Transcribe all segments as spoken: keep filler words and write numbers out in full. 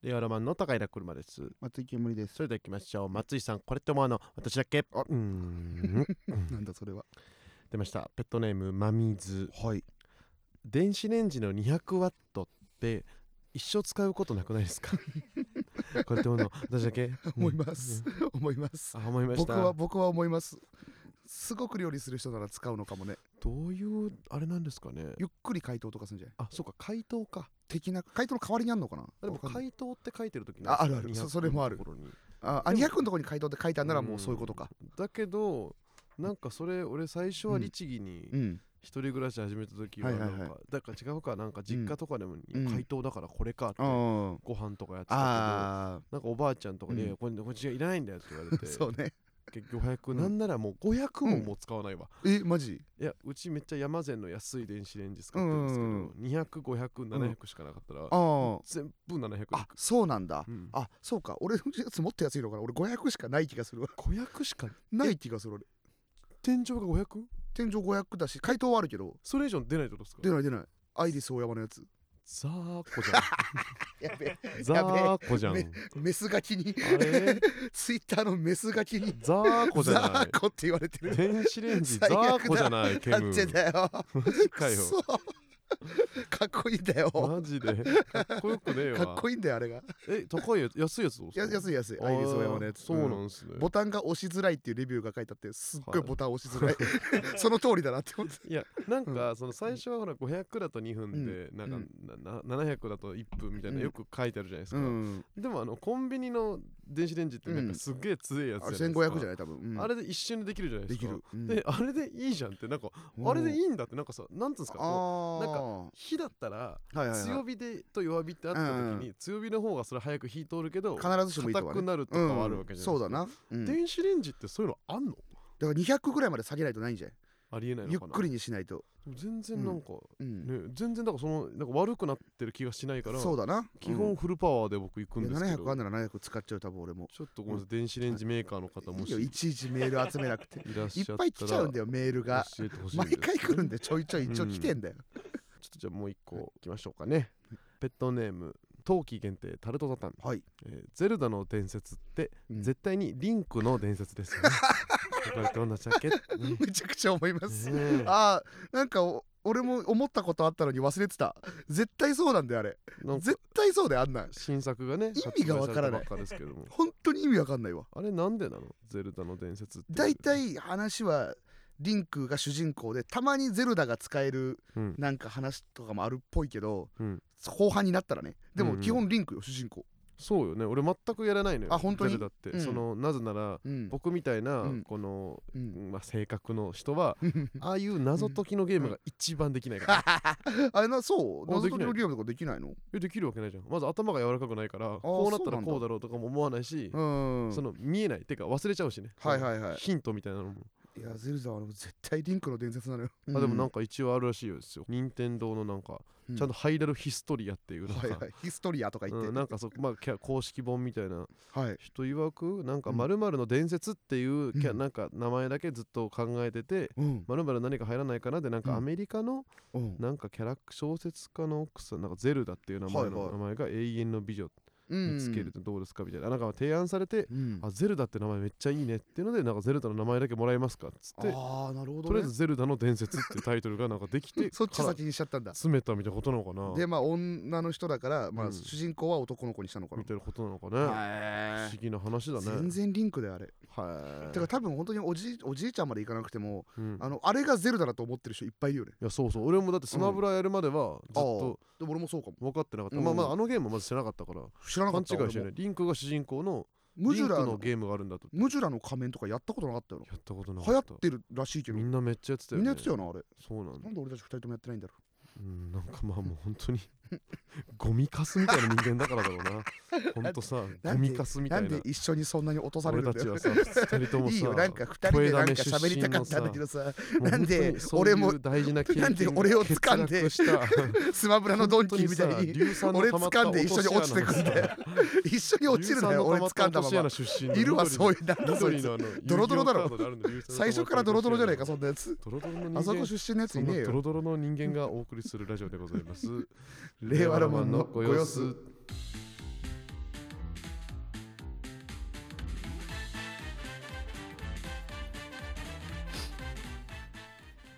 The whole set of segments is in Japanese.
レアロマンの高平車です。 松井煙です。 それでは行きましょう。松井さん、これって思うの私だっけ？ あうーんなんだそれは。 出ました。ペットネームまみず。 はい。 電子レンジのにひゃくワットって一生使うことなくないですか？これって思うの私だけ？ 思います、 うん思います。 あ、思いました。 僕は僕は思います。すごく料理する人なら使うのかもね。 どういうあれなんですかね。 ゆっくり解凍とかするんじゃない？ あ、そうか、解凍か。 的な解凍の代わりにあんのかな。 でもわかんない解凍って書いてるときああるあるそそれもある。ああにひゃくのところに解凍って書いてあるならもうそういうことか。 だけどなんかそれ俺最初は律儀に、 うん。 一人暮らし始めた時はなんか、 はいはいはいだから違うか、なんか実家とかでもうん解凍だからこれかってあご飯とかやってたけど、 あなんかおばあちゃんとかに、 うんいやこれこっちいらないんだよって言われてそうね。 結局ごひゃく、 うんなんならもうごひゃくももう使わないわ、 えマジ？ いやうちめっちゃ山善の安い電子レンジ使ってるんですけど、 うんうんにひゃく、ごひゃく、ななひゃくしかなかったら、 ああ全部ななひゃくいあく。 そうなんだ、 うんあそうか俺のやつもっと安いのかな。俺ごひゃくしかない気がするわ。 ごひゃくしかない気がする俺。 天井が ごひゃく？ 天井ごひゃくだし解凍はあるけどそれ以上出ないってことですか？ 出ない出ない。アイリスオーヤマのやつ。 ザーコじゃんやべえザーコじゃんメメスガキにあれツイッターのメスガキにザーコじゃないザーコって言われてる。 電子レンジザ最悪だーコじゃないケムなんてだよ。 マジかよそうかっこいいんだよ。 マジでかっこよくねえわ。 かっこいいんだよあれが。 え、高いやつ、安いやつどうすか？ や安い安いアイリスオーヤマのやつ。 そうなんすね、 ボタンが押しづらいっていうレビューが書いてあってすっごいボタン押しづらいその通りだなって思って。 いやなんかその最初はほらごひゃくだとにふんで、なんかななななひゃくだといっぷんみたいなよく書いてあるじゃないですか、 うんでもあのコンビニの電子レンジってなんかすっげえ強いやつじゃないですか、 あれせんごひゃくじゃない多分、うんあれで一瞬でできるじゃないでか。 ですきる、うんであれでいいじゃんって、なんかうんあれでいいんだって、なんかさ、なんつうんですか、こうなんかあ火だったらあはいはいはい強火でと弱火ってあった時に、強火の方がそれ早く火通るけど必ずしもいいとはね硬くなるとかはあるわけじゃないですか、 うんそうだな、うんだか電子レンジってそういうのあんの？ らにひゃくぐらいまで下げないとないんじゃない？ ありえないのかな。 ゆっくりにしないと、 全然なんか、 うんね、全然だからそのなんか悪くなってる気がしないからそうだな基本フルパワーで僕行くんいやですけど、 ななひゃくあんならななひゃく使っちゃう多分俺も。 ちょっとごめんなさい、電子レンジメーカーの方もしいいよいちいちメール集めなくていらっしゃったらいっぱい来ちゃうんだよメールが。 教えてほしいんです毎回来るんでちょいちょい一応来てんだよ、 ちょっとじゃあもう一個いきましょうかね。ペットネーム冬季限定タルトサタン、 はい、 えーゼルダの伝説ってうん絶対にリンクの伝説ですよね。これどんなジャケット、ねめちゃくちゃ思います、 ねえあーなんかお俺も思ったことあったのに忘れてた。絶対そうなんだよあれ。 なんか絶対そうだよあんなん。 新作がね意味がわからない発売されたばっかですけども本当に意味わかんないわ。 あれなんでなの？ゼルダの伝説っていう。 だいたい話はリンクが主人公でたまにゼルダが使えるうんなんか話とかもあるっぽいけど、 うん後半になったらね。でうんうんも基本リンクよ主人公。 そうよね、俺全くやらないのよ。 あ本当にゼルダって、 うんそのなぜならうん僕みたいなうんこの、 うんまあ、性格の人はああいう謎解きのゲームが一番できないから、 あれなそうあ謎解きできないのゲームとかできないの？ えできるわけないじゃん。まず頭が柔らかくないからこうなったらこうだろうとかも思わないし、 うんその見えないてか忘れちゃうしね、 はいはいはいヒントみたいなのも、 いやゼルダは絶対リンクの伝説なのよ。 あでもなんか一応あるらしいですよ。任天堂のなんかうんちゃんとハイラルヒストリアっていうなんか、 はいはいヒストリアとか言って、 うん、なんかそまあキャ公式本みたいなはい人曰くなんかうん 〇〇の伝説っていうキャ、 うんなんか名前だけずっと考えてて、 うん 〇〇何か入らないかなでなんうんかアメリカのうんなんかキャラ小説家の奥さんなんかゼルダっていう名前はいはいの名前が永遠の美女うん見つけるってどうですかみたいななんか提案されて、 うんあゼルダって名前めっちゃいいねっていうのでなんかゼルダの名前だけもらえますかっつって、 ああなるほどね。 とりあえずゼルダの伝説ってタイトルがなんかできてそっちから先にしちゃったんだ。 詰めたみたいなことなのかなでまあ女の人だから、まあうん主人公は男の子にしたのかなみ。たいなことなのかね、 へ不思議な話だね。 全然リンクであれ。 はい。 てか多分本当におじおじいちゃんまでいかなくても、 うんあのあれがゼルダだと思ってる人いっぱいいるよね。 いやそうそう俺もだってスマブラやるまではずっとあーでも俺もそうかも。 分かってなかった、 うんまあまああのゲームはまず知らなかったから知らなかった。 勘違いして俺もねリンクが主人公のムジュラのリンクのゲームがあるんだとムジュラの仮面とかやったことなかったよな。 やったことなか流行っったてるらしいけど、みみんなめっちゃやってたよねんなやってたよなあれ。 そうなんだなんで俺たち二人ともやってないんだろうんなんかまあもう本当にゴミカスみたいな人間だからだろうなほんとさなんでゴミカスみう。なんたいなで一緒にそんなに落とされるんだよ。 俺たちはさ二人ともさいいよなんか二人でなんか喋りたかったんだけどさ、 もうなんで本当にそういう俺も大事な経験なんで俺を掴んで欠落したスマブラのドンキーみたいに本当にさ硫酸の俺溜まった掴んで一緒に落ちてくんだよ。一緒に落ちるんだよ俺掴んだまま。いるわそういうなんだそいつ。 緑のあのドロドロだろ有料カードであるんだよ最初からドロドロじゃないかそんなやつ。 ドロドロの人間あそこ出身のやついねえよ。 そんなドロドロの人間がお送りするラジオでございます。 令和ロマンのご様子。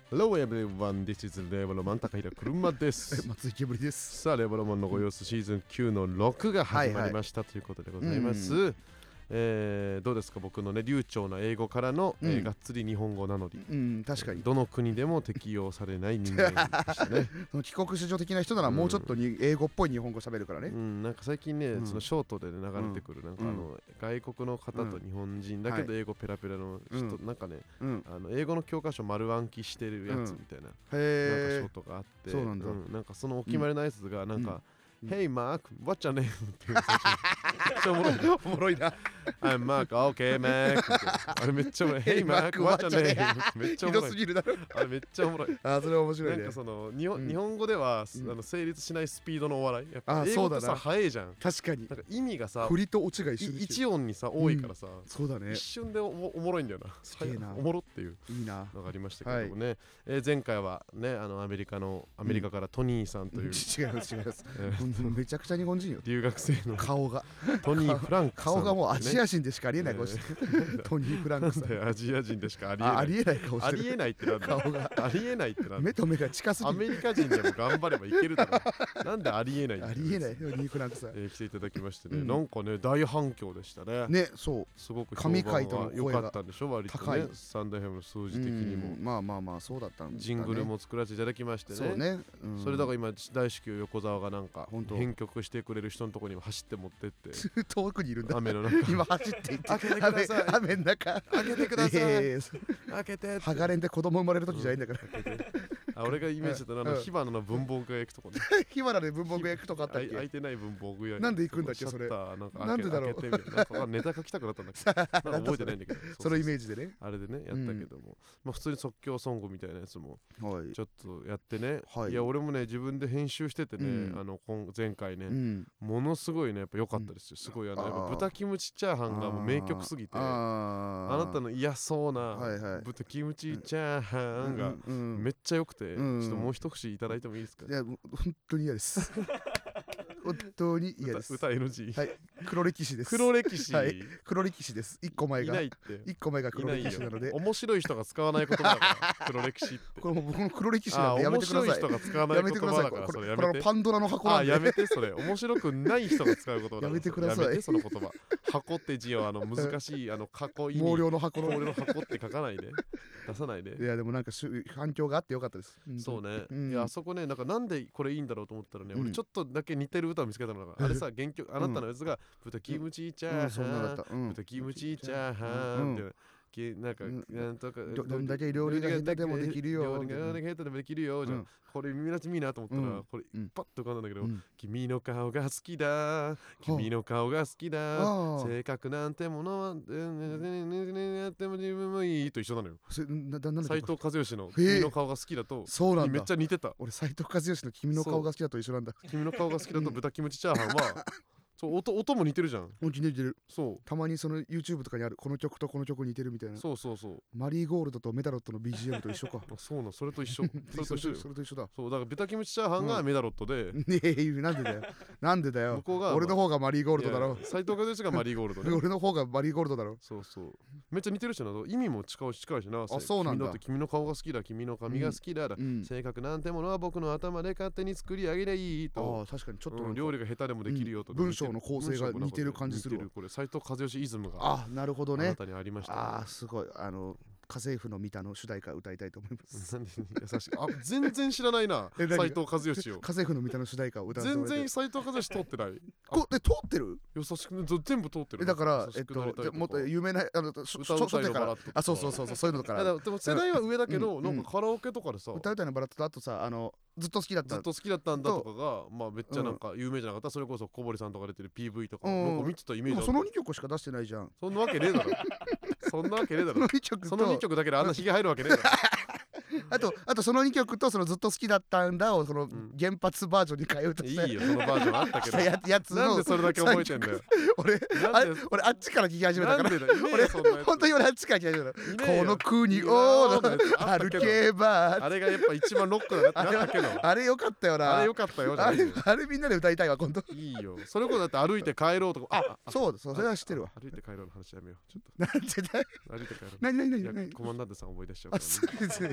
Hello everyone, this is レボロマン高平車です。 松井けぶりです。 さあ、レボロマンのご様子シーズンきゅうのろくが始まりました、はいはい、ということでございます。うんえー、どうですか僕のね流暢な英語からの、うんえー、がっつり日本語なのに、 うん、確かにどの国でも適用されない人間でしたねその帰国子女的な人ならもうちょっとに英語っぽい日本語喋るからね、 うん、なんか最近ね、うん、そのショートで、ね、流れてくる、うん、なんかあの、うん、外国の方と日本人だけど英語ペラペラの人、うん、なんかね、うん、あの英語の教科書丸暗記してるやつみたいな、うん、なんかショートがあってそうなんだ、 うん、なんかそのお決まりのやつがなんか、うんHey Mark, what's your name? ってめっちゃおもろいな。 おもろいな。 I'm Mark, okay Mark. あれめっちゃおもろい。Hey Mark, what's your name? めっちゃおもろい。 ひどすぎるだろ。 あれめっちゃおもろい。 あ、それ面白いね。 なんかその日本、うん、日本語では、うん、あの成立しないスピードのお笑い。やっぱあ英語ってさ早いじゃん。 確かに。 なんか意味がさ、 振りとオチが一緒に一音にさ多いからさ、うん、 そうだね。 一瞬で お, おもろいんだよな。 すげえな。 おもろっていういいなのがありましたけどもね。はいえー、前回はねあのアメリカのアメリカからトニーさんという、うん、 違います違います。めちゃくちゃ日本人よ。 留学生の顔がトニー・フランクさん、 ね、顔がもうアジア人でしかありえない顔してるトニー・フランクさんアジア人でしかありえないありえない顔してるありえないってなんだ顔がありえないってなんだ目と目が近すぎるアメリカ人でも頑張ればいけるだろなんでありえないんだありえないトニー・フランクさん、 えー、来ていただきましてね、うん、なんかね大反響でしたねねそうすごく神回との良かったんでしょ割とねサンダーヘムの数字的にもまあまあまあそうだったんですジングルも作らせていただきましてねそうね、 うん、それだから今大至急横澤がなんか編曲してくれる人のところにも走って持ってって遠くにいるんだ雨の中今走っていって開けてください雨の中開けてください、えー、開けてハガレンで子供生まれる時じゃないんだから、 うん、あ俺がイメージしたのは火花の文房具屋行くとこね火花で文房具屋行くとこあったっけ開いてない文房具屋なんで行くんだっけそれなんでだろうなんかネタ書きたくなったんだけどなんか覚えてないんだけどそのイメージでねあれでねやったけども、うんまあ、普通に即興ソングみたいなやつもちょっとやってね、はい、いや俺もね自分で編集しててね、うん、あの前回ね、うん、ものすごいねやっぱ良かったですよすごいあのやっぱ豚キムチチャーハンがもう名曲すぎて あ, あなたの嫌そうな豚キムチチャーハンがめっちゃ良くて、うん、ちょっともう一口いただいてもいいですか。 いや本当に嫌です本当に嫌です。 歌 エヌジーはい黒歴史です。 黒歴史、 はい、黒歴史です。一個前がいないって一個前が黒歴史なので面白い人が使わない言葉だから黒歴史ってこれもう僕の黒歴史なんでやめてください。 面白い人が使わない言葉だからそれやめて。 これパンドラの箱なんであやめてそれ面白くない人が使う言葉だからやめてください。 やめてその言葉箱って字をあの難しいあの過去意味毛量の箱の毛量の箱って書かないで出さないで。 いやでもなんか反響があってよかったです。 そうね、うん、いやあそこねなんかなんでこれいいんだろうと思ったらね、うん、俺ちょっとだけ似てる歌を見つけたのが、うん、あれさ原曲あなたのやつが豚キムチチャーハン豚キムチチャーハンってなんかなんとかどんだけ料理が下手でもできるよ料理が下手でもできるよじゃんこれ耳なじみいいなと思ったらこれパッと浮かんだんだけど君の顔が好きだ君の顔が好きだ性格なんてものはやっても自分もいいと一緒なのよ。斉藤和義の君の顔が好きだとめっちゃ似てた。 俺斉藤和義の君の顔が好きだと一緒なんだ。 君の顔が好きだと豚キムチチャーハンはそう 音, 音も似てるじゃん。 似てる似てる。 そうたまにその YouTube とかにあるこの曲とこの曲似てるみたいな。 そうそうそうマリーゴールドとメダロットの ビージーエム と一緒か。 あそうなそれと一緒それと一緒それと一緒だ。 そうだから豚キムチチャーハンがメダロットで、 うん、ねえなんでだよなんでだよ向こうが俺の方がマリーゴールドだろ。 斉藤和義がマリーゴールドね俺の方がマリーゴールドだろ。 そうそうめっちゃ似てるしな意味も近いし近いしな。 あそうなんだ。 君のって君の顔が好きだ君の髪が好きだ、うん、性格なんてものは僕の頭で勝手に作り上げりゃいいと。 あ確かにちょっと、 うん、料理が下手でもできるよと、 うん、文章の構成が似てる感じするわ。 これ斉藤和義イズムがあなるほどねあなたにありました、ね、 あすごいあの家政婦のミタの主題歌歌いたいと思います。 優しい。あ全然知らないな斉藤和義を。 家政婦のミタの主題歌を歌わせて全然斉藤和義通ってない。 こで通ってる？ 優しく全部通ってる。 だからえっともっと有名なあの初手からあそうそうそうそうそういうのから。 でも世代は上だけどなんかカラオケとかでさ歌うたいのバラッドとあとさあのずっと好きだったずっと好きだったんだとかがまあめっちゃなんか有名じゃなかった。それこそ小堀さんとか出てる ピーブイ とかなんか見てたイメージある。 そのにきょくしか出してないじゃん。 そんなわけねえだろ。そんなわけねえだろ。そのにきょくだけであんなひげ入るわけねえだろ。 あとあとそのにきょくとそのずっと好きだったんだをその原発バージョンに変えようとして、 うん、いいよそのバージョンあったけどや, やつのなんでそれだけ覚えてんだよ。 俺あ俺あっちから聞き始めたから俺本当に俺あっちから聞き始めた。この国を歩けばあれがやっぱ一番ロックだなってなったけどあれよかったよな。 あれよかったよあれあれみんなで歌いたいわ今度。 いいよそれこそだって歩いて帰ろうとかあそうそうそれは知ってるわ。 歩いて帰ろうの話やめようちょっと。 なんでだよ。 歩いて帰ろう。 何何何何コマンダンテさん思い出しちゃうからね。 いやいや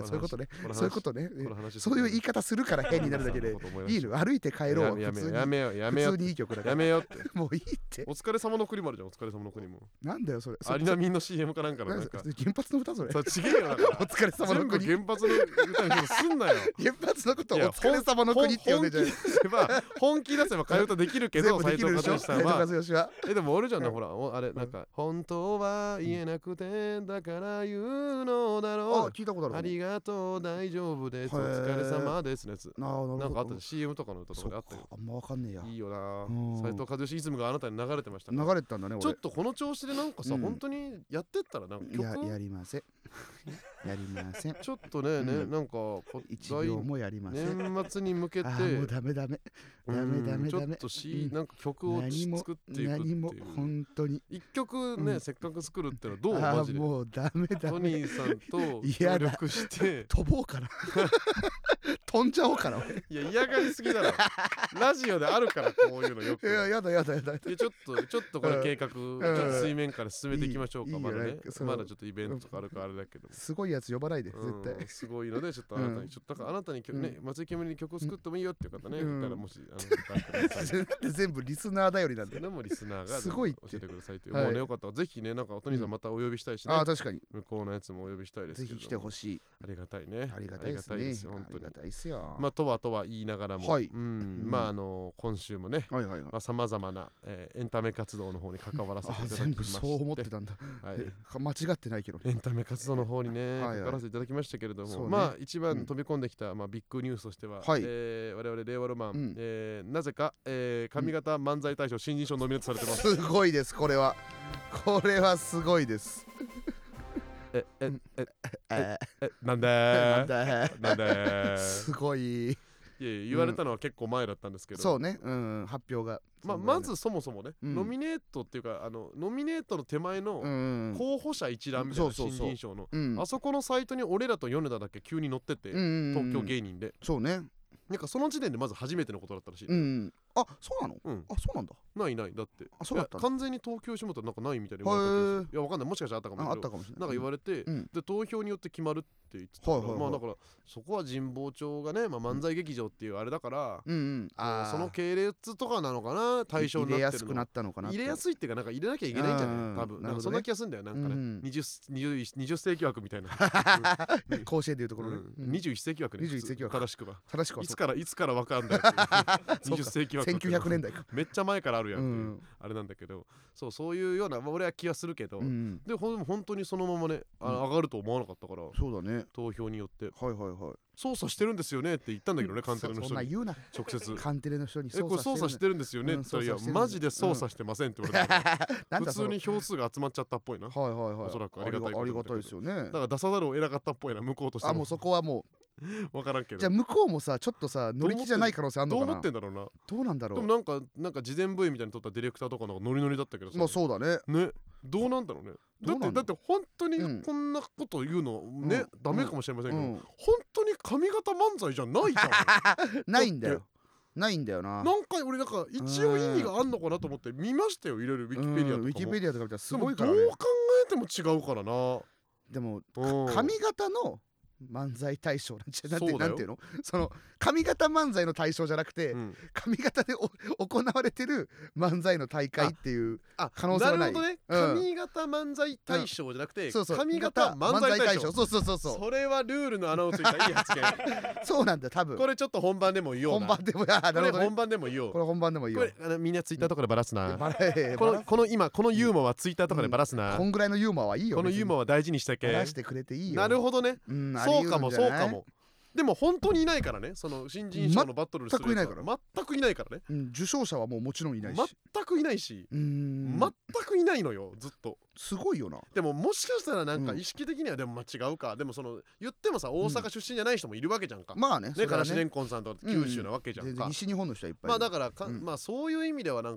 そういうことねそういうことねそういう言い方するから変になるだけでいいの歩いて帰ろうやめようやめようやめよう普通にいい曲だからやめようってもういいってお疲れ様の国もあるじゃんお疲れ様の国もなんだよそれアリナミンの シーエム かなんかのなんか原発の歌それさちげえよだからお疲れ様の国全部原発の歌にすんなよ原発のことをお疲れ様の国って呼んでじゃん本気出せば替え歌できるけど斉藤和義さんはえでも俺じゃんなほらあれなんか本当は言えなくてだから言うのだろうあ聞いたことあるありがとう大丈夫ですお疲れ様ですのやつななんかあった シーエム とかの歌とかであったよあんまわかんねえやいいよな斉藤和義イズムがあなたに流れてました流れてたんだねちょっとこの調子でなんかさ本当にやってったらなんか曲やりませんやりませんちょっとねねなんか一秒もやりません年末に向けてもうダメダメダメダメダメちょっとしなんか曲を作っていくっていう何も本当に一曲ねせっかく作るってのはどうマジでもうダメダメトニーさんと協力して飛ぼうかな飛んじゃおうかないや嫌がりすぎだろラジオであるからこういうのよくいややだやだやだちょっとちょっとこれ計画ちょっと水面から進めていきましょうかまだねまだちょっとイベントとかあるからあれだけどすごいやつ呼ばないで絶対すごいのでちょっとあなたにちょっとだからあなたにね松井煙に曲を作ってもいいよっていう方ねいたらもし全部リスナー頼りなんでそれもリスナーがすごい教えてくださいというもうねよかったらぜひねなんかおとにさんまたお呼びしたいしねあ確かに向こうのやつもお呼びしたいですけどぜひ来てほしいありがたいねありがたいですね本当にありがたいですよまあとはとは言いながらもうんまああの今週もねさまざまなエンタメ活動の方に関わらせていただきまして全部そう思ってたんだ間違ってないけどエンタメ活動の方にね関わらせていただきましたけれどもまあ一番飛び込んできたまあビッグニュースとしては我々令和ロマンなぜか上方漫才大賞新人賞ノミネートされてますすごいですこれはこれはすごいですえええええなんでなんでなんですごいいやいや言われたのは結構前だったんですけど、 そうね、うん、発表がまあまずそもそもね、ノミネートっていうかあのノミネートの手前の候補者一覧みたいな新人賞のあそこのサイトに俺らと米田だけ急に載ってて東京芸人でそうねなんかその時点でまず初めてのことだったらしい。 うん、あ、そうなの？うん、あ、そうなんだ。 ないないだって。 あ、そうだった。 完全に東京吉本なんかないみたいに言われたけど、いやわかんない。もしかしたらあったかもしれない。 あったかもしれない。 なんか言われて、 うん、 で投票によって決まるって言ってたから、まあだからそこは神保町がね、まあ漫才劇場っていうあれだから、 うんうん、 あその系列とかなのかな、対象になってるの。 入れやすくなったのかな。 入れやすいっていうかなんか入れなきゃいけないんじゃない？多分。なんかそんな気がするんだよなんかね。二十二十世紀枠みたいな。 甲子園でいうところね。 二十一世紀枠ね。 二十一世紀枠。 正しくは。 正しくは。 いつからいつからわかんない。にじゅっ世紀枠せんきゅうひゃくねんだいかめっちゃ前からあるやんっていうあれなんだけど、そうそういうような俺は気がするけど、でほん本当にそのままね上がると思わなかったから、 そうだね、 投票によってはいはいはい操作してるんですよねって言ったんだけどね、カンテレの人に。 そんな言うな直接カンテレの人に操作してるんですよねって言ったら、いやマジで操作してませんって言われた。普通に票数が集まっちゃったっぽいな。 はいはいはい、 おそらくありがたいありがたいですよね。 だから出さざるを得なかったっぽいな、向こうとしても。 あ、もうそこはもう分からんけど、 じゃあ向こうもさちょっとさ乗り気じゃない可能性あんのかな。 どう思ってんだろうな。 どうなんだろう。 でもなんかなんか事前 ブイ みたいに撮ったディレクターとかなんかノリノリだったけどさ。 まあそうだね。 ね、どうなんだろうね。だってだって本当にこんなこと言うのね、ダメかもしれませんけど、本当に髪型漫才じゃないじゃん。 ないんだよ。ないんだよな。 なんか俺なんか一応意味があんのかなと思って見ましたよ、いろいろウィキペディアとかも。 ウィキペディアとか見たらすごいからね。 どう考えても違うからな。 でも髪型の漫才大賞なんじゃなんてなんていうの、その髪型漫才の大賞じゃなくて、うん、髪型で行われてる漫才の大会っていう可能性はない。 なるほどね、うん、髪型漫才大賞じゃなくて、うん、そうそう髪型漫才大賞。 そうそうそうそう。 それはルールの穴をついたいい発言。 そうなんだ多分。これちょっと本番でも言おうな。 本番でもやなるほど、ね、 本番でも言おう。 これ本番でも言おう。 これあのみんなツイッターとかでバラすな。このこの今このユーモアはツイッターとかでバラすな。 うん、こんぐらいのユーモアはいいよ。 このユーモアは大事にしてけ。 バラしてくれていいよ。 なるほどね。 うん、 そうかもそうかも。でも本当にいないからね、その新人賞のバトルする全くいないから、 全くいないからね、 うん、受賞者はもうもちろんいないし、 全くいないし、うーん全くいないのよずっと。 すごいよな。 でももしかしたらなんか意識的にはでもまあ違うか、うん、でもその言ってもさ大阪出身じゃない人もいるわけじゃんか、 うん、まあねからしれんこんさんとか九州なわけじゃんか、 うん、西日本の人はいっぱいいる。 まあだからか、うん、まあそういう意味ではなんか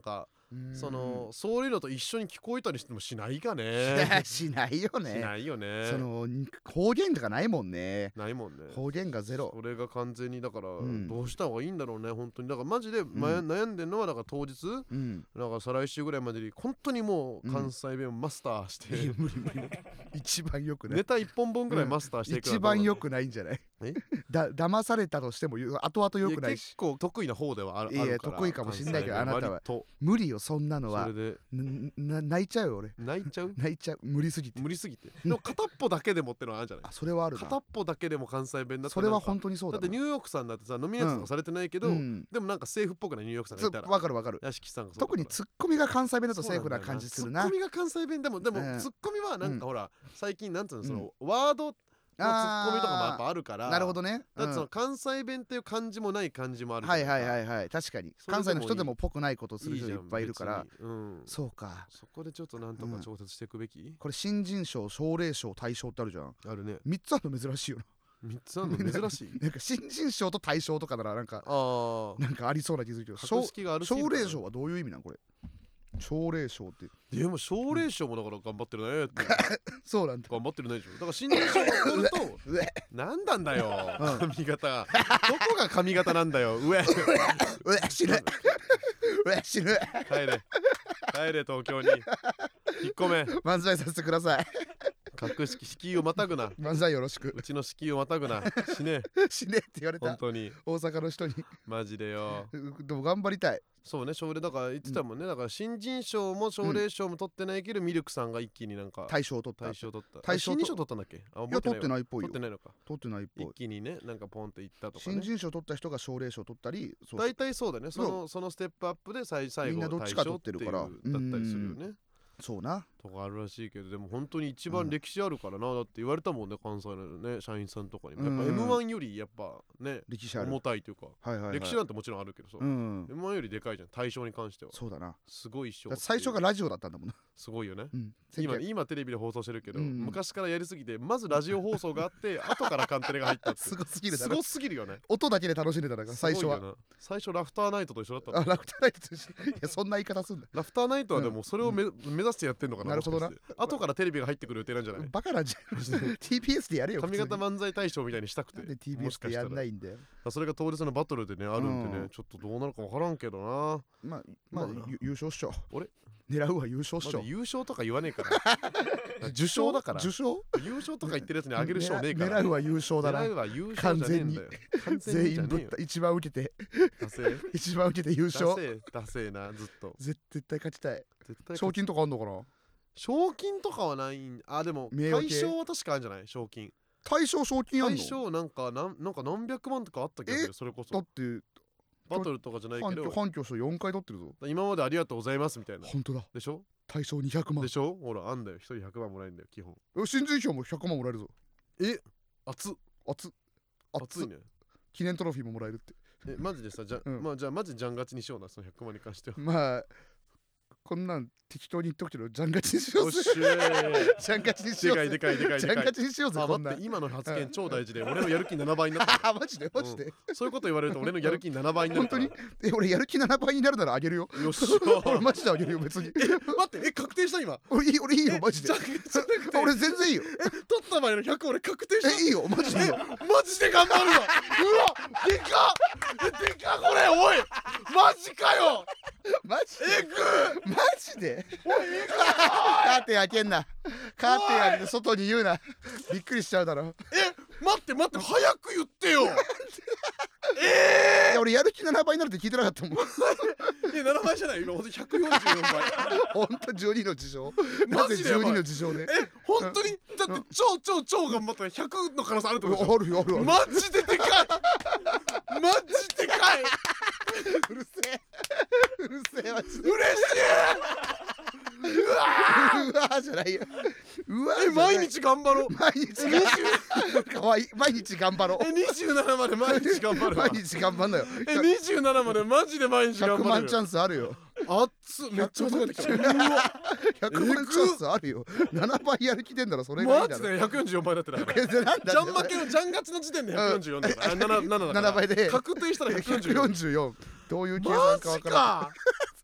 そのそういうのと一緒に聞こえたりしてもしないかね。 しないよね。 しないよね。 その方言とかないもんね。 ないもんね。 方言がゼロ。 それが完全にだからどうした方がいいんだろうね本当に。だからマジで悩んでるのはだから当日、うん、なんか再来週ぐらいまでに本当にもう関西弁をマスターして、うん、無理無理一番よくない。 ネタ一本分ぐらいマスターしていく、 うん、一番よくないんじゃない。えだ騙されたとしても後々よくないし。 結構得意な方ではあるから。 いや得意かもしれないけどあなたは無理よそんなのは。それで泣いちゃうよ俺。 泣いちゃう泣いちゃう無理すぎて。 無理すぎて。でも片っぽだけでもってのはあるじゃない。 あそれはあるな。 片っぽだけでも関西弁だったらそれは本当にそうだ。 だってニューヨークさんだってさノミネートとかされてないけど、うん、でもなんかセーフっぽくないニューヨークさんがいたらわかるわかる。 屋敷さんが特にツッコミが関西弁だとセーフな感じするな。 ツッコミが関西弁でもでも、うん、ツッコミはなんかほら、うん、最近なんつうのその、うん、ワードのツッコミとかもやっぱあるから。 なるほどね。 だってその関西弁っていう感じもない感じもある。 はいはいはいはい確かに関西の人でもぽくないことする人いっぱいいるから。うん、そうか。 そこでちょっとなんとか調節していくべき、うん、 これ新人賞奨励賞大賞ってあるじゃん。 あるね。 みっつあるの珍しいよな。 みっつあるの珍しいなんか新人賞と大賞とかならなんかあなんかありそうな気づくけど、奨励賞はどういう意味なんこれ。奨励賞ってでも奨励賞もだから頑張ってるねそうなんだ。 頑張ってるねでしょ。だから新人賞を取ると何なんだよ髪型どこが髪型なんだよ。うえうえ死ぬうえ死ぬ帰れ帰れ東京に引っ込め。 漫才させてください。 格式敷居をまたぐな。 漫才よろしく。 うちの敷居をまたぐな。死ね死ねって言われた本当に大阪の人に。 マジでよ。 でも頑張りたい。 そうね奨励だから言ってたもんね、うん、だから新人賞も奨励賞も取ってないけど、うん、ミルクさんが一気になんか大賞を取った大賞取った大賞新人賞取ったんだっけ。あいや取ってないっぽいよ。 取ってないのか。 取ってないっぽい。 一気にねなんかポンっていったとかね。 新人賞取った人が奨励賞取ったり大体そうだね。そのそのステップアップで最後みんなどっちか取ってるからだったりするよね。 そうなとかあるらしいけどでも本当に一番歴史あるからな、うん、だって言われたもんね関西のね社員さんとかにもやっぱ エムワン よりやっぱね歴史ある重たいというか、はいはいはい、歴史なんてもちろんあるけどさ、うん、エムワン よりでかいじゃん対象に関しては。 そうだなすごい一緒。 最初がラジオだったんだもんな。 すごいよね、 うん、 今, 今テレビで放送してるけど、うん、昔からやりすぎてまずラジオ放送があって後からカンテレが入ったってすごすぎるだすごすぎるよね。 音だけで楽しんでたから最初は。 最初ラフターナイトと一緒だったんだ。 あラフターナイトと一緒。いやそんな言い方すんだ。 ラフターナイトはでもそれをめ、うん、目指してやってんのかな。 なるほどな。 後からテレビが入ってくる予定なんじゃない。 バカなんじゃない。ティーピーエス でやれよ。 髪型漫才大賞みたいにしたくて。 なんで ティーピーエス でやんないんだよ。 それが当日のバトルでねあるんでね、うん、ちょっとどうなるか分からんけどな。 まあまあ、まあ、優勝っしょ。 俺狙うは優勝っしょ。 優勝とか言わねえから受賞だから。 受賞優勝とか言ってるやつにあげる賞ねえから。 狙うは優勝だな。 狙うは優勝じゃねえんだよ。 全員ぶった一番受けて一番受けて優勝。 ダセえなずっと。 絶対勝ちたい。賞金とかあんのかな。 賞金とかはないん。あでも大賞は確かあるんじゃない賞金。 大賞賞金あんの。 大賞なんかなんなんか何百万とかあったけどそれこそ。 だってバトルとかじゃないけど反響賞よんかい取ってるぞ。 今までありがとうございますみたいな。 本当だ。 でしょ。 大賞にひゃくまんでしょ。ほらあんだよ。ひとりひゃくまんもらえるんだよ基本。 新人賞もひゃくまんもらえるぞ。 え熱っ熱っ熱いね。 記念トロフィーももらえるって。 えマジでさじゃ、うん、まあじゃあマジジャン勝ちにしようなそのひゃくまんに関しては。 まあこんなん適当に言っとくけどジャン勝ちにしようぜ。ジャン勝ちにしようぜ。 でかいでかいでかいでかい。 ジャン勝ちにしようぜ。 こんな今の発言超大事で俺のやる気ななばいになった。 あマジでマジで、 うん、そういうこと言われると俺のやる気ななばいになる。 本当にえ俺やる気ななばいになるならあげるよ。 よっしゃ。 俺マジであげるよ別に。 え待ってえ確定した今。 俺いい俺いいよマジで。俺全然いいよ。 え取った場合のひゃく俺確定した。 えいいよマジでいいよ。 マジで頑張るわ。うわでかっでかこれおいマジかよ。 マジえぐマジでカーテン開けんな。カーテン開けて外に言うな。びっくりしちゃうだろ。 え待って待って早く言ってよ。 えー、いや俺やる気ななばいになるって聞いてなかったもん。 えななばいじゃない今ひゃくよんじゅうよんばい。 ほんとじゅうにの事情。なぜじゅうにの事情で。 え本当にだって超超超頑張ったらひゃくの可能性あるってことでしょ。 あるよあるよ。 マジででかいマジでかい。 うるせえうるせえマジで嬉しいうわーうわーじゃないよ。うわえ毎日頑張ろう。 毎日がかわいい毎日頑張ろう。 えにじゅうななまで毎日頑張る。 毎日頑張んなよ。 えにじゅうななまでマジで毎日頑張る。 ひゃくまんチャンスあるよ。 あっつめっちゃ遅れてきた。うわひゃくまんチャンスあるよ。ななばいやる気でんだろそれがいいだろ。 マジでひゃくよんじゅうよんばいだってだから。ジャン負けのジャン勝ちの時点でひゃくよんじゅうよんだから。ななばいで確定したらひゃくよんじゅうよん。 ひゃくよんじゅうよん。 どういう計算かわからない。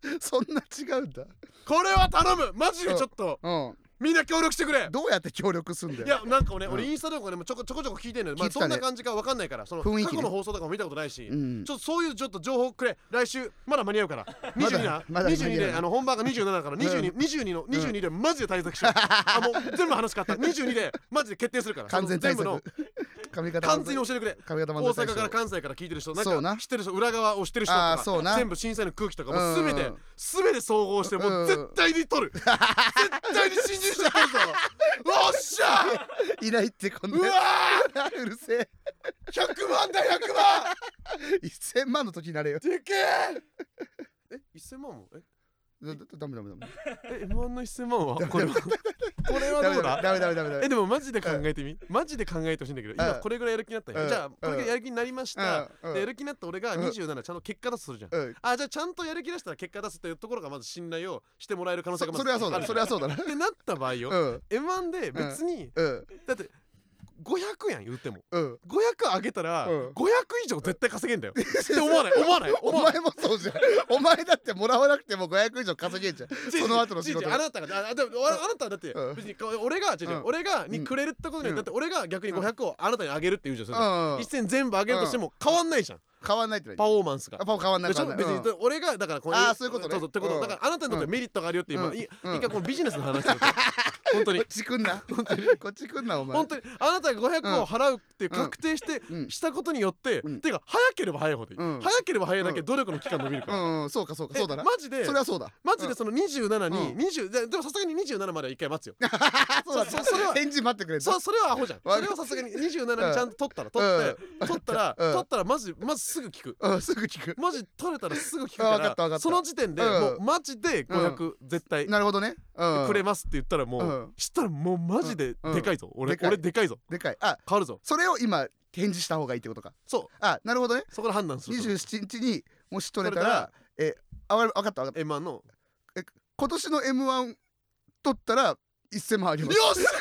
そんな違うんだ。 これは頼むマジでちょっと、 うん、 みんな協力してくれ。 どうやって協力すんだよ。 いやなんかね、うん、俺インスタとかでもちょこちょこちょこ聞いてんのよ、まあ、どんな感じか分かんないから、その過去の放送とかも見たことないし、うん、ちょっとそういうちょっと情報くれ。来週まだ間に合うからにじゅうにな、ま、にじゅうにであの本番がにじゅうななだからにじゅうに、うん、にじゅうにのにじゅうにでマジで対策しよう、うん、あもう全部話変わったにじゅうにでマジで決定するから完全対策全部の髪型完全に教えてくれ。大阪から関西から聞いてる人、なんか知ってる人、裏側を知ってる人とか、全部審査の空気とかも全て全て総合してもう絶対に取る絶対に信じる人取るぞおっしゃいないってこんな。うわーうるせえひゃくまんだひゃくまんせんまんの時になれよ。 でけええせんまんもえダメダメダメえ エムワン のせんまんはこれはこれはどうだ。 ダメダメダメダメ。 えでもマジで考えてみ、マジで考えてほしいんだけど、今これぐらいやる気になったんや。じゃあこれがやる気になりました。でやる気になった俺がにじゅうななちゃんと結果出すするじゃん。あじゃあちゃんとやる気出したら結果出すっていうところがまず信頼をしてもらえる可能性がまずそれはそうだそれはそうだなってなった場合よ、エムワン で別にだってごひゃくやん言っても、うん、ごひゃくあげたら、うん、ごひゃく以上絶対稼げんだよって思わない思わないお前もそうじゃんお前だってもらわなくてもごひゃく以上稼げんじゃんその後の仕事。 あなたが あ, あ, でもあなたはだって別に俺が違う違う、うん、俺がにくれるってことに、うん、だって俺が逆にごひゃくをあなたにあげるって言うじゃん、うん、一銭全部あげるとしても変わんないじゃん。 変わんないってパフォーマンスがパフォーマンスが別に俺がだからこれあそういうことねってことだからあなたにとってメリットがあるよって今一回このビジネスの話だよ本当にこっち来んな本当にこっち来んなお前本当にあなたがごひゃくを払うって確定してしたことによっててか早ければ早いほどいい早ければ早いだけ努力の期間伸びるからうんそうかそうかそうだなマジでそれはそうだマジでそのにじゅうななににじゅうでもさすがににじゅうななまでは一回待つよそうだそれは返事待ってくれそうそれはアホじゃんそれはさすがににじゅうななにちゃんと取ったら取って取ったら取ったらまずまずすぐ聞くすぐ聞くマジ取れたらすぐ聞くからその時点でもうマジでごひゃく絶対なるほどねくれますって言ったらもうしたらもうマジででかいぞ俺俺でかいぞでかいあ変わるぞそれを今返事した方がいいってことか。 そうあなるほどねそこで判断するにじゅうしちにちにもし取れたらえあ分かった分かったエムワン のえ今年の エムワン 取ったらせんまんあります。 よしや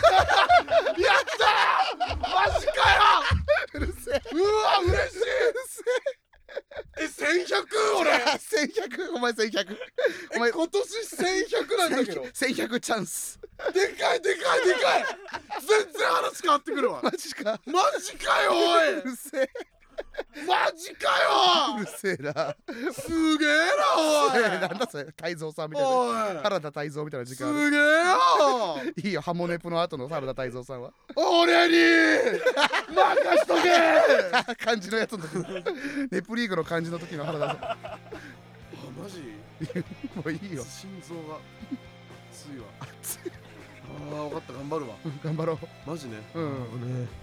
ったーマジかようるせえうわ嬉しいえせんひゃく俺せんひゃくお前せんひゃくお前今年せんひゃくなんだけどせんひゃくチャンスでかいでかいでかい全然話変わってくるわマジかマジかよおいうるせえマジかようるせえなすげえなおいなんだそれ泰造さんみたいな原田泰造みたいな時間あるすげえよいいよハモネプの後の原田泰造さんは俺に任しとけ漢字のやつの時ネプリーグの漢字の時の原田さんあマジもういいよ心臓が熱いわ熱いああ分かった頑張るわ頑張ろうマジねうんね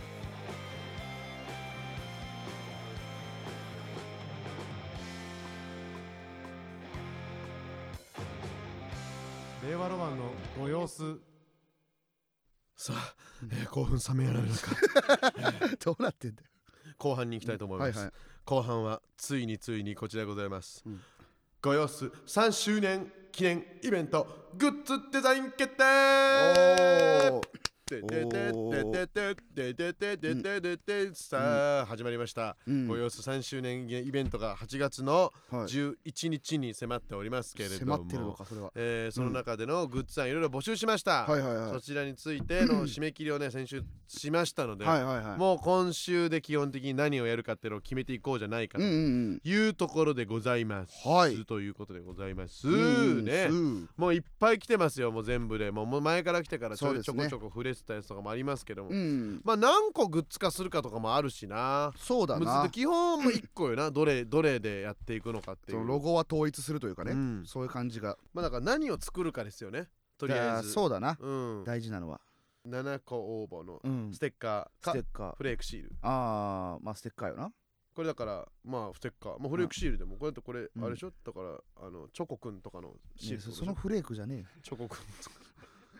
令和ロマンのご様子さあ、えー、興奮冷めやられるかどうなってんだよ後半に行きたいと思います、うんはいはい、後半はついについにこちらでございます、うん、ご様子さんしゅうねん記念イベントグッズデザイン決定おーででででででででででででさあ始まりました、うん、ご様子さんしゅうねんイベントがはちがつのじゅういちにちに迫っておりますけれども、 迫ってるのかそれは、 えー、その中でのグッズ案いろいろ募集しました、 はいはいはい、 そちらについての締め切りをね先週しましたのではいはい、はい、 もう今週で基本的に何をやるかっていうのを決めていこうじゃないかというところでございます、 はい、 ということでございますね、もういっぱい来てますよもう全部でもう前から来てからちょこちょこ触れてたやつとかもありますけども、うん、まあ何個グッズ化するかとかもあるしな。 そうだな基本もいっこよなどれどれでやっていくのかっていう、 そのロゴは統一するというかね、うん、そういう感じがまあだから何を作るかですよねとりあえず。 そうだな、うん、大事なのはななこ応募のステッカーか、うん、ステッカーフレークシール。 ああまあステッカーよなこれだからまあステッカー、まあ、フレークシールでもこれとこれあれでしょ、うん、だからあのチョコくんとかのシール、 ね、そのフレークじゃねえチョコくん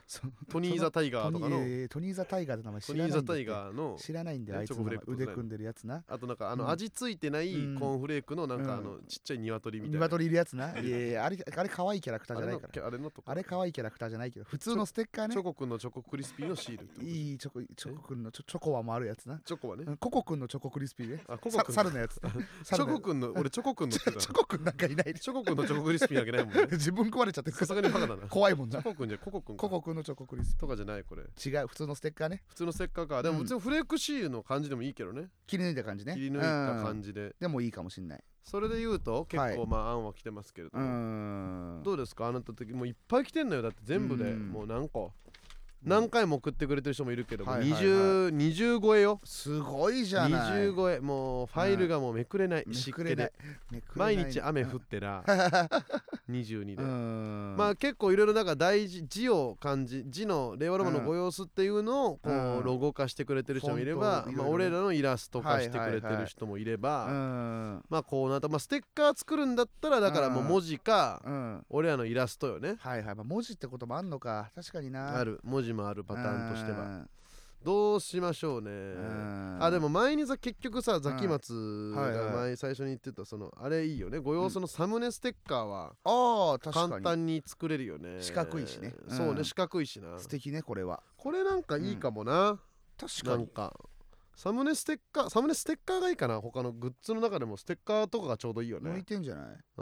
トニーザタイガーとかのトニーザタイガーって名前知らないんだ。トニーザタイガーの知らないんで、あいつの腕組んでるやつな。 あとなんかあの味付いてないコーンフレークのなんかあのちっちゃい鶏みたいな。 鶏いるやつな。いやいや、あれあれ可愛いキャラクターじゃないから。あれのとか。あれ可愛いキャラクターじゃないけど、普通のステッカーね。 チョコくんのチョコクリスピーのシールってこと。 いいチョコチョコくんのチョコはもあるやつな。 チョコはね。 ココくんのチョコクリスピーね。 あ、ココくん。 猿のやつ。 チョコくんの俺チョコくんの。チョコくんなんかいない。 チョコくんのチョコクリスピーだけないもんね。 自分食われちゃってさすがにバカだな。 怖いもんな。 チョコくんじゃココくん。 ココくんのチョコクリスピーとかじゃないこれ。 違う、普通のステッカーね。 普通のステッカーか。でも普通のフレークシールの感じでもいいけどね。 切り抜いた感じね。 切り抜いた感じで。 でもいいかもしんない。 それで言うと結構まあ案は来てますけれども、どうですかあなた的。もういっぱい来てんのよ。だって全部でもう何個何回も送ってくれてる人もいるけども、にじゅう、にじゅう超えよ。 すごいじゃない。 にじゅう超え。もうファイルがもうめくれない。湿気で毎日雨降ってらにじゅうにで、まあ結構いろいろなんか大事字を感じ、字の令和ロマンのご様子っていうのをこうロゴ化してくれてる人もいれば、まあ俺らのイラスト化してくれてる人もいれば、まあこうなったまあステッカー作るんだったらだからもう文字か俺らのイラストよね。 はいはい。まあ文字ってこともあんのか。確かにな。 ある文字もあるパターンとしては。どうしましょうね。あ、でも前にさ結局さザキマツが前最初に言ってたそのあれいいよね。ご様子のサムネステッカーは簡単に作れるよね。 四角いしね。 そうね、四角いしな。 素敵ねこれは。 これなんかいいかもな。 確かに。 なんかサムネステッカーサムネステッカーがいいかな。他のグッズの中でもステッカーとかがちょうどいいよね。 向いてんじゃない。 うん。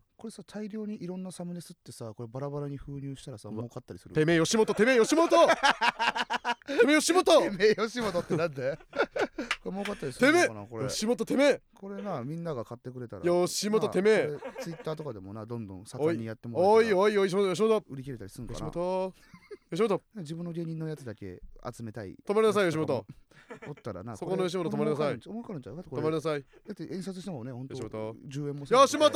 これさ大量にいろんなサムネスってさ、これバラバラに封入したらさ儲かったりする。 てめえ吉本、てめえ吉本てめえ吉本てめえ吉本ってなんでこれ儲かったりするのかな。これ吉本てめえ。 これなみんなが買ってくれたら吉本てめえ。 ツイッターとかでもなどんどん盛んにやってもらおいおいおい吉本吉本売り切れたりするのかな。 吉本吉本自分の芸人のやつだけ集めたい。 止まりなさい吉本。 おったらな。 そこの吉本止まりなさい。 止まりなさい。 だって印刷してもね本当吉本じゅうえんも。 吉本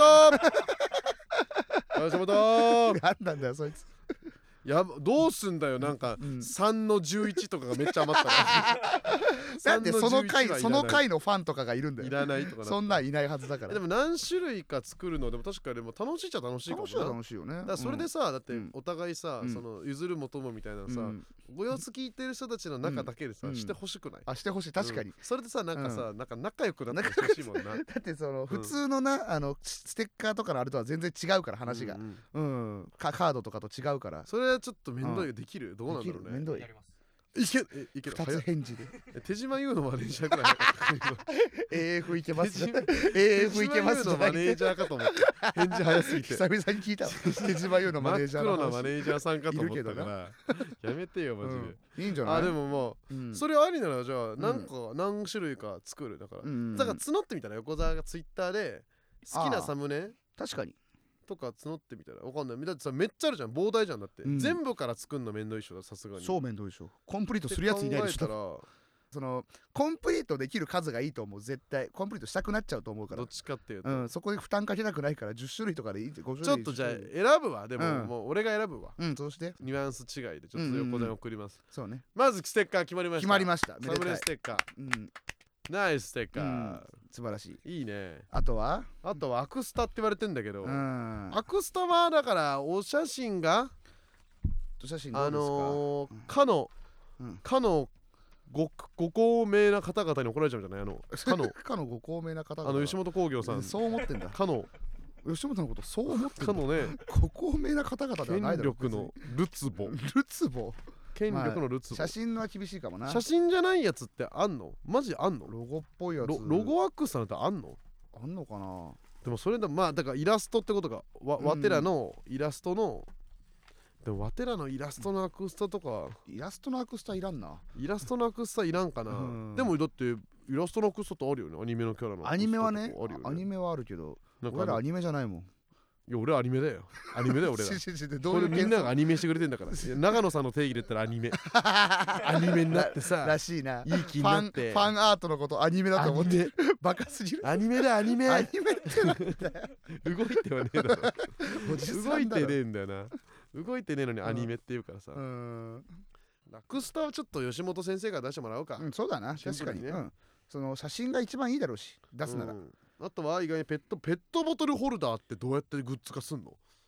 吉本なんなんだよそいつ。 やばどうすんだよ。なんかさんのじゅういちとかがめっちゃ余ったらだってその回その回のファンとかがいるんだよ。 いらないとかそんなんいないはずだから。 でも何種類か作るのでも確かにでも楽しいっちゃ楽しいかもな。 楽しいは楽しいよね。 だからそれでさだってお互いさその譲る求むみたいなさご様子聞いてる人たちの中だけでさしてほしくない。 あしてほしい。確かにそれでさなんかさなんか仲良くなってほしいもんな。だってその普通のなあのステッカーとかのあれとは全然違うから話がうんカードとかと違うから。 それはちょっと面倒い。できるどうなんだろうね。 面倒い。 いけいけふたつ返事で手島優のマネージャーくらいエーエフ いけますね。 エーエフ いけますのマネージャーかと思って返事早すぎて久々に聞いた。手島優のマネージャー真っ黒なマネージャーさんかと思ったからやめてよマジで。いいんじゃない。 あでももうそれありならじゃあ何か何種類か作る。だからだから募ってみたら横澤がツイッターで好きなサムネ確かにとか募ってみたらわかんない。だってさめっちゃあるじゃん。膨大じゃん。だって、うん、全部から作るのめんどいっしょ。さすがにそうめんどいでしょ。コンプリートするやついないでしょ。そのコンプリートできる数がいいと思う。絶対コンプリートしたくなっちゃうと思うから。 どっちかっていうと、 うん、そこで負担かけたくないからじゅっしゅるいとかでいい。ご種類ちょっとじゃあ選ぶわ。でも、うん、もう俺が選ぶわ。 うんそうして。 ニュアンス違いでちょっと横で送ります、 うんうんうん、そうね。 まずステッカー決まりました。 決まりました。 サムネステッカー、うん、ナイスステッカー、うん、 素晴らしい。 いいね。 あとはあとはアクスタって言われてんだけど、 うん、 アクスタはだからお写真がお写真どうですか。 あのー、かの、うん、かのご, ご高名な方々に怒られちゃうんじゃない。あのかのかのご高名な方々、 あの吉本興業さん、 そう思ってんだ。 かの吉本のことそう思ってんだ。 かのねご高名な方々ではないだろう。 権力のルツボルツボ権力のルツボ、 まあ、写真は厳しいかもな。 写真じゃないやつってあんの。マジあんの。 ロゴっぽいやつロ, ロゴアクスタなんてあんの。 あんのかな。 でもそれだまあだからイラストってことか。わ、うん、わてらのイラストのでもわてらのイラストのアクスタとかイラストのアクスタいらんな。 イラストのアクスタいらんかな、うん、でもだってイラストのアクスタってあるよね。アニメのキャラのアニメは ね, ねアニメはあるけど俺らアニメじゃないもん。 いや俺はアニメだよ。アニメだよ俺らこれみんながアニメしてくれてんだから。長野さんの定義で言ったらアニメアニメになってさらしいな。 いい気になってファンアートのことアニメだと思ってバカすぎる。 アニメだアニメアニメってなんだよ動いてはねえだろ動いてねえんだよな。動いてねえのにアニメって言うからさ、うん、ラクスタはちょっと吉本先生から出してもらおうか、 うん、そうだな。確かにね、うん、その写真が一番いいだろうし出すなら、うん、 あとは意外にペットペットボトルホルダーってどうやってグッズ化すんの。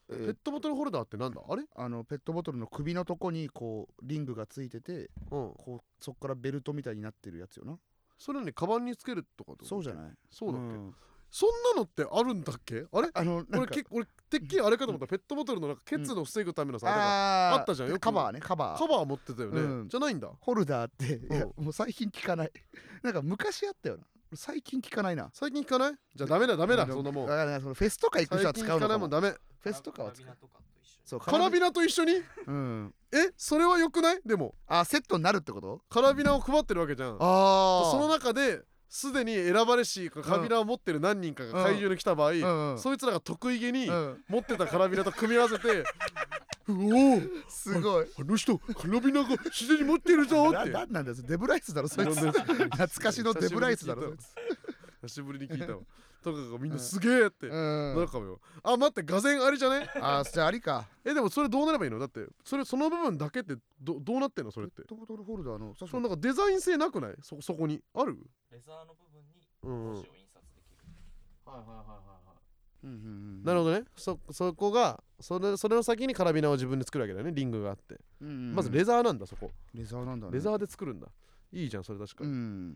ペットボトルホルダーってなんだあれ？ あのペットボトルの首のとこにこうリングがついてて、うん、こうそっからベルトみたいになってるやつよな。 それにカバンにつけるとかってこと？ そうじゃない？ そうだっけ、うん、そんなのってあるんだっけ？あれ？あの俺け俺てっきりあれかと思った。ペットボトルのなんかケツの防ぐためのさ、うん、あ, あったじゃんよく。 カバーね、カバーカバー持ってたよね、うん、じゃないんだ。 ホルダーって、うん、いやもう最近聞かないなんか昔あったよな。最近聞かないな。 最近聞かない？じゃあダメだダメだそんなもん。 だからそのフェスとか行く人は使うのかも。最近聞かないもんダメ。 フェスとかは使う。 そうカラビナと一緒に、うん、えそれは良くない？でもあセットになるってこと？ カラビナを配ってるわけじゃん。あその中ですでに選ばれしカラビナを持ってる何人かが会場に来た場合、うんうん、そいつらが得意げに持ってたカラビナと組み合わせておおすごいあ, あの人カラビナがすでに持ってるぞってな, なんなんだよデブライスだろそいつ懐かしのデブライスだろ久しぶりに聞いたわとかがみんなすげえってなるかもよ。あ待ってがぜんありじゃね？ あじゃあありか。 えでもそれどうなればいいの？だってそれその部分だけって ど, どうなってんのそれって？ ペットボトルホルダーのそのなんかデザイン性なくない？ そ, そこにある？ レザーの部分に文字を印刷できる、 うん、はいはいはいはいうんうんうん、なるほどね。 そ, そこがそれそれの先にカラビナを自分で作るわけだよね。リングがあって、うんうん、まずレザーなんだそこ。 レザーなんだね。 レザーで作るんだ。いいじゃんそれ確かに、うん、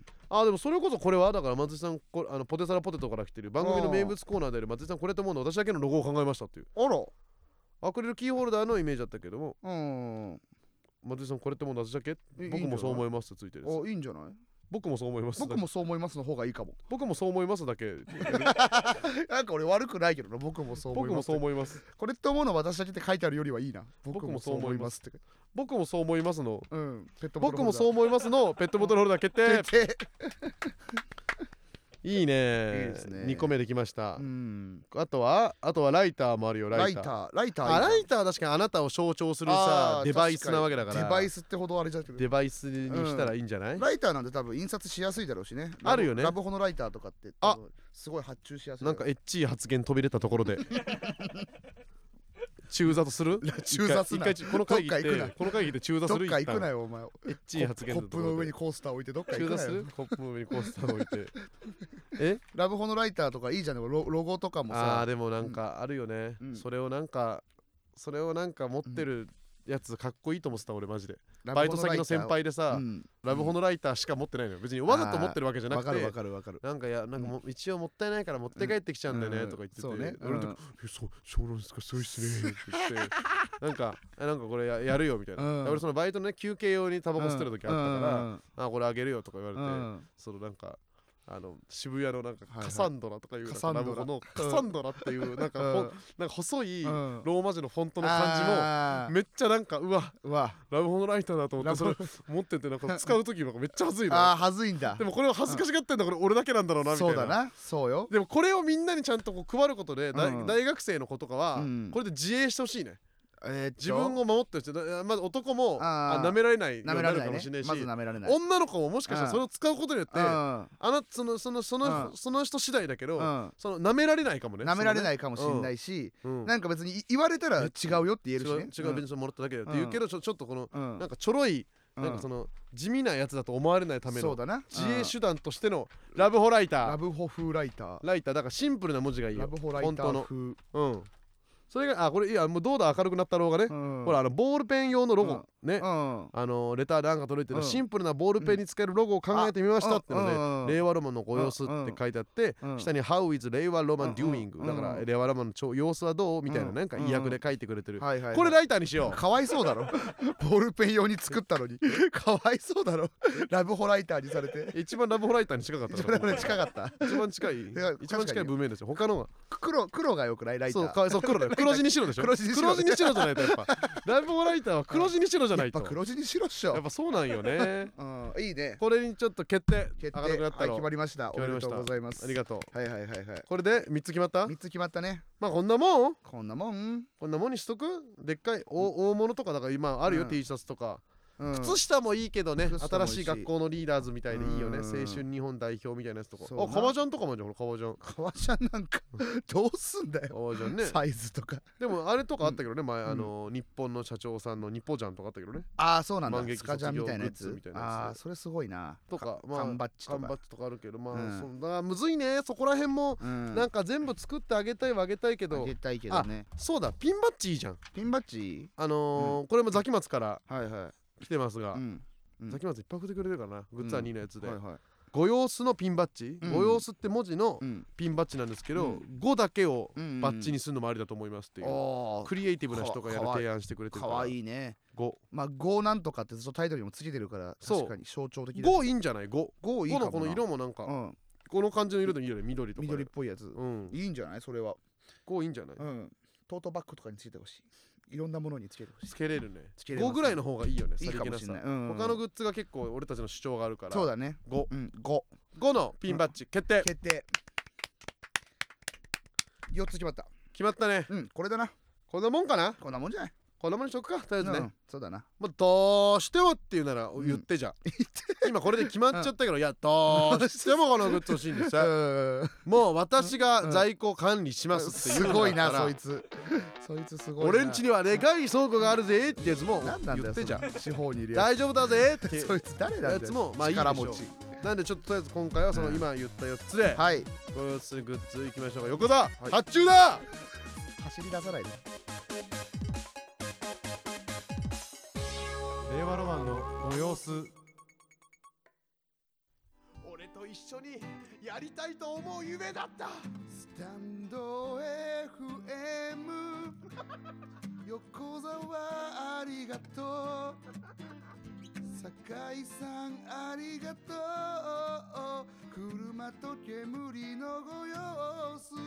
あでもそれこそこれはだから松井さんこあのポテサラポテトから来てる番組の名物コーナーである松井さんこれと思うの私だけのロゴを考えましたっていう。 あらアクリルキーホルダーのイメージだったけども、うん、松井さんこれってもう私だけ僕もそう思いますってついてる。 あいいんじゃない？ 僕もそう思います。 僕もそう思いますの方がいいかも。 僕もそう思いますだけなんか俺悪くないけどな。僕もそう思います。 僕もそう思います。 これって思うの私だけって書いてあるよりはいいな。 僕もそう思いますって。僕もそう思いますの、 うん、 ペットボトル僕もそう思いますのペットボトルホルダー決定決定いいね。いいですね。にこめできました。うん。あとはあとはライターもあるよ。ライターライターあライターは確かにあなたを象徴するさデバイスなわけだから。 デバイスってほどあれじゃなくてデバイスにしたらいいんじゃない？ うん、ライターなんて多分印刷しやすいだろうしね。 あるよね。 ラブホのライターとかってあすごい発注しやすい。 なんかエッチい発言飛び出たところで中座とする中座すな。 一回この会議でこの会議で中座する。 どっか行くなよお前。 エッチい発言コップの上にコースター置いてどっか行くなよ。 中座する？コップの上にコースター置いてえラブホのライターとかいいじゃん。 ロ, ロゴとかもさあーでもなんかあるよね、うん、それをなんかそれをなんか持ってるやつかっこいいと思ってた俺マジで。バイト先の先輩でさ、うん、ラブホのライターしか持ってないのよ。別にわざと持ってるわけじゃなくて、わかるわかるわかる。なんかやなんかも、うん、一応もったいないから持って帰ってきちゃうんだよね、うん、とか言ってて、そうね、俺とか、うん、そうそうなんですかそうですねって言ってなんかなんかこれ や, やるよみたいな、うん、俺そのバイトのね休憩用にタバコ吸ってる時あったから、うん、あこれあげるよとか言われて、うん、そのなんかあの渋谷のなんかカサンドラとかいうラブホのカサンドラっていうなんかほなんか細いローマ字のフォントの感じもめっちゃなんかうわうわラブホのライターだと思ってそれ持っててなんか使う時なんかめっちゃ恥ずいの。 あー恥ずいんだ。 でもこれを恥ずかしがってんだこれ俺だけなんだろうなみたいな。 そうだなそうよ。 でもこれをみんなにちゃんとこう配ることで大学生の子とかはこれで自衛してほしいね。えー、自分を守ってる人まず男も舐められないようになるかもしれないし、まず舐められない。女の子ももしかしたらそれを使うことによってあなそのそのそのその人次第だけどその舐められないかもね。 舐められないかもしれないし、なんか別に言われたら違うよって言えるしね。 違う別にもらっただけだって言うけどちょっとこのなんかちょろいなんかその地味なやつだと思われないための自衛手段としてのラブホライター。 ラブホ風ライター。 ライターだからシンプルな文字がいいよ。 ラブホライター風。 うん。それがあこれいやもうどうだ明るくなったろうがね、うん、ほらあのボールペン用のロゴ、うん、ね、うん、あのレターでなんか届いてる、うん、シンプルなボールペンに使えるロゴを考えてみましたっていうので、うん、令和ロマンのご様子って書いてあって、うん、下に How is 令和ロマン doing、うん、だから令和ロマンの様子はどうみたいななんか意訳で書いてくれてる、うん、これライターにしよう。 かわいそうだろボールペン用に作ったのにかわいそうだろラブホライターにされて。 一番ラブホライターに近かった。 一番近かった一番近い一番近い文面ですよ。他のは黒黒がよくないライター。 そうそう黒だよ。黒地に白でしょ。黒地に白じゃないとやっぱラブホライターは黒地に白じゃないと。 やっぱ黒地に白っしょ。 やっぱそうなんよね。 うん、いいね。 これにちょっと決定。 決定。はい、決まりました。おめでとうございます。 ありがとう。はいはいはいはい。 これでみっつ決まった？ みっつ決まったね。 まあこんなもん。 こんなもん。 こんなもんにしとく。でっかい大物とかだから今あるよ T シャツとか。 うん、 靴下もいいけどね、新しい学校のリーダーズみたいでいいよね、青春日本代表みたいなやつとか。あ、革ジャンとかもあるじゃん、革ジャン。 革ジャンなんかどうすんだよ、 革ジャンね、 サイズとか。 でもあれとかあったけどね、前あの日本の社長さんの日本ジャンとかあったけどね。 ああそうなんだ、スカジャンみたいなやつ。ああそれすごいな。 とかまあ缶バッジとか缶バッジとかあるけど、まあそんなむずいね、そこら辺もなんか全部作ってあげたいはあげたいけど、 あげたいけどね。 そうだ、ピンバッジいいじゃん。 ピンバッジ、 あのこれもザキマツからはいはい来てますが、 うんうん、 ザキマツいっぱい送ってくれてるからな、グッズはにのやつで、 はいはい、 ご様子のピンバッジ、うん、ご様子って文字のピンバッジなんですけど、うん、ごだけをバッジにするのもありだと思いますっていう、うん、クリエイティブな人がやる提案してくれてるから。 かわいいね。 ご、 まあごなんとかってずっとタイトルにもつけてるから確かに象徴的だ。ごいいんじゃない？ ごごいいかもな。 ごのこの色もなんか、うん、この感じの色でいいよね、緑とか、ね、 緑っぽいやつ、うん、いいんじゃない？それはごいいんじゃない？ うん、トートバッグとかにつけてほしい。いろんなものにつけてほしい。 つけれるね。ごぐらいの方がいいよね。 いいかもしれない。うん、 他のグッズが結構俺たちの主張があるから。 そうだね。 ご、 うん、ご、 ごのピンバッジ、うん、決定。 決定。よっつ決まった。 決まったね。 うん、これだな。 こんなもんかな。 こんなもんじゃない。 こんなもんにしとくか、とりあえずね、うん、 そうだな。 まあ、どうしてもっていうなら言ってじゃん、うん、今これで決まっちゃったけど、うん、いやどうしてもこのグッズ欲しいんですよ、うん、もう私が在庫管理しますっていう、 すごいなそいつそいつすごいな。 俺んちにはでかい倉庫があるぜってやつも言ってじゃん、 地方にいる大丈夫だぜってそいつ誰なんだよ、 やつもまあいいでしょう。なんでちょっととりあえず今回はその今言ったよっつで、 はい、 これをするグッズいきましょうか。横田、はい、発注だ。 走り出さないで。 令和ロマンのご様子。俺と一緒にやりたいと思う夢だった。 スタンド エフエム 横澤ありがとう、酒井さんありがとう、車と煙のご様子。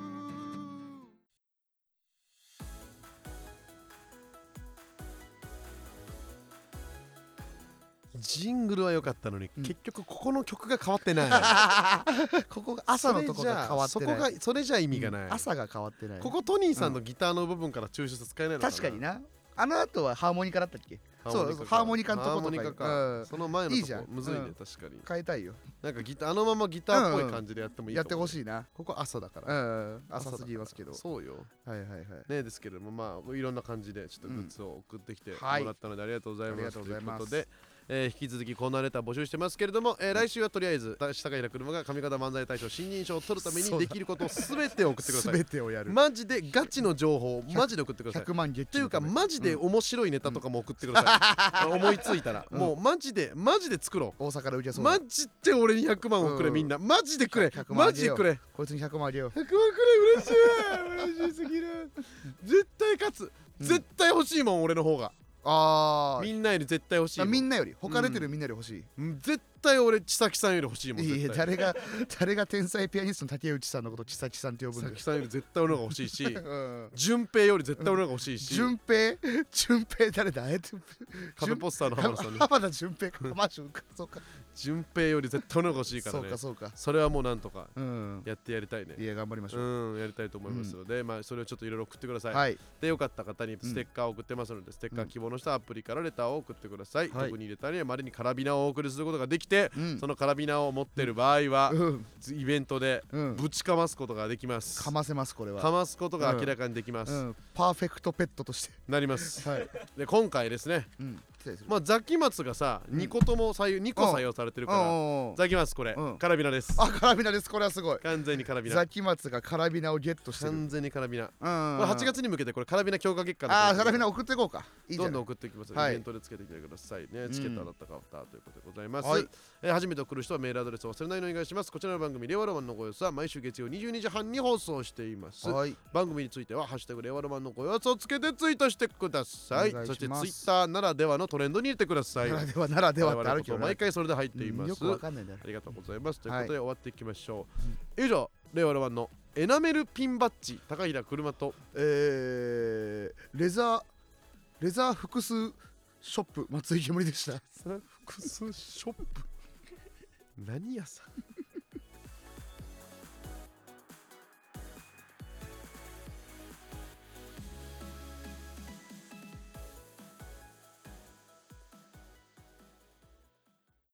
ジングルは良かったのに、うん、結局ここの曲が変わってないここが朝のとこが変わってない。 そこがそれじゃ意味がない、うん、 朝が変わってない。 ここトニーさんのギターの部分から抽出使えないのかな、 うん、確かにな。あの後はハーモニカだったっけ。そうハーモニカのとことかか、 うん、その前のとこいいじゃん、むずいね、うん、確かに変えたいよ。 なんかギターあのままギターっぽい感じでやってもいいかも、ね、 やってほしいな。 ここ朝だから、 うん、朝すぎますけど。 そうよ、 はいはいはいね。ですけれども、まあいろんな感じでちょっとグッズを送ってきてもらったのでありがとうございます、はい、ということで、えー、引き続きコーナーレター募集してますけれども、えー、来週はとりあえず下平車が上方漫才大賞新人賞を取るためにできることを全て送ってください。 全てをやる。 マジでガチの情報マジで送ってください。 ひゃくまんゲッチというかマジで面白いネタとかも送ってください、うん、思いついたら、うん、もうマジでマジで作ろう。 大阪で受けそう。 マジで俺にひゃくまんをくれ、みんなマジでくれ、マジでくれ。 こいつにひゃくまんあげよう。 ひゃくまんくれ、嬉しい嬉しすぎる。絶対勝つ、絶対欲しいもん俺の方が。 あみんなより絶対欲しい。 みんなより他出てるみんなより欲しい、 うん、絶対俺千崎さんより欲しいもん。 いや誰が誰が天才ピアニストの竹内さんのこと千崎さんって呼ぶんだよ。 千崎さんより絶対俺の方が欲しいし、うん、順平より絶対俺の方が欲しいし。 順平順平誰だ。あえて壁ポスターの浜田さんに浜田順平か浜順か。そうか順平より絶対俺の方が欲しいからね。 そうかそうか。 それはもうなんとかやってやりたいね、 うん、いや頑張りましょう、 うん、やりたいと思いますので、うん、まあそれをちょっといろいろ送ってください、 はい、 でよかった方にステッカーを送ってますので、うん、ステッカー希望の人はアプリからレターを送ってください、はい、特にレターにはまれにカラビナをお送りすることができて、うん、そのカラビナを持ってる場合は、うん、イベントでぶちかますことができます。 かませます。これはかますことが明らかにできます、うんうん、 パーフェクトペットとしてなります、 はい、 で今回ですね、うん、まあザキマツがさ、うん、にことも採用にこ採用されてるからザキマツこれ、うん、カラビナです。 あカラビナです。これはすごい。 完全にカラビナ。 ザキマツがカラビナをゲットしてる。 完全にカラビナ、うん、これはちがつに向けてこれカラビナ強化月間ああカラビナ送っていこうか。 いいどんどん送っていきますので、はい、イベントでつけてきてくださいね。チケット当たった方ということでございます、はい、えー、初めて送る人はメールアドレスを忘れないようにお願いします。こちらの番組令和ロマンのご様子は毎週月曜にじゅうにじはんに放送しています、はい、番組についてはハッシュタグ令和ロマンのご様子をつけてツイートしてください。そしてツイッターならではのトレンドに入れてください。 ならではならではってあるけど毎回それで入っています、うん、よくわかんないんだ。ありがとうございます。ということで終わっていきましょう、はい、以上令和ロマンのエナメルピンバッジ高平車と、 えー、レザーレザー複数ショップ松井けむりでした。 複数ショップ何屋さん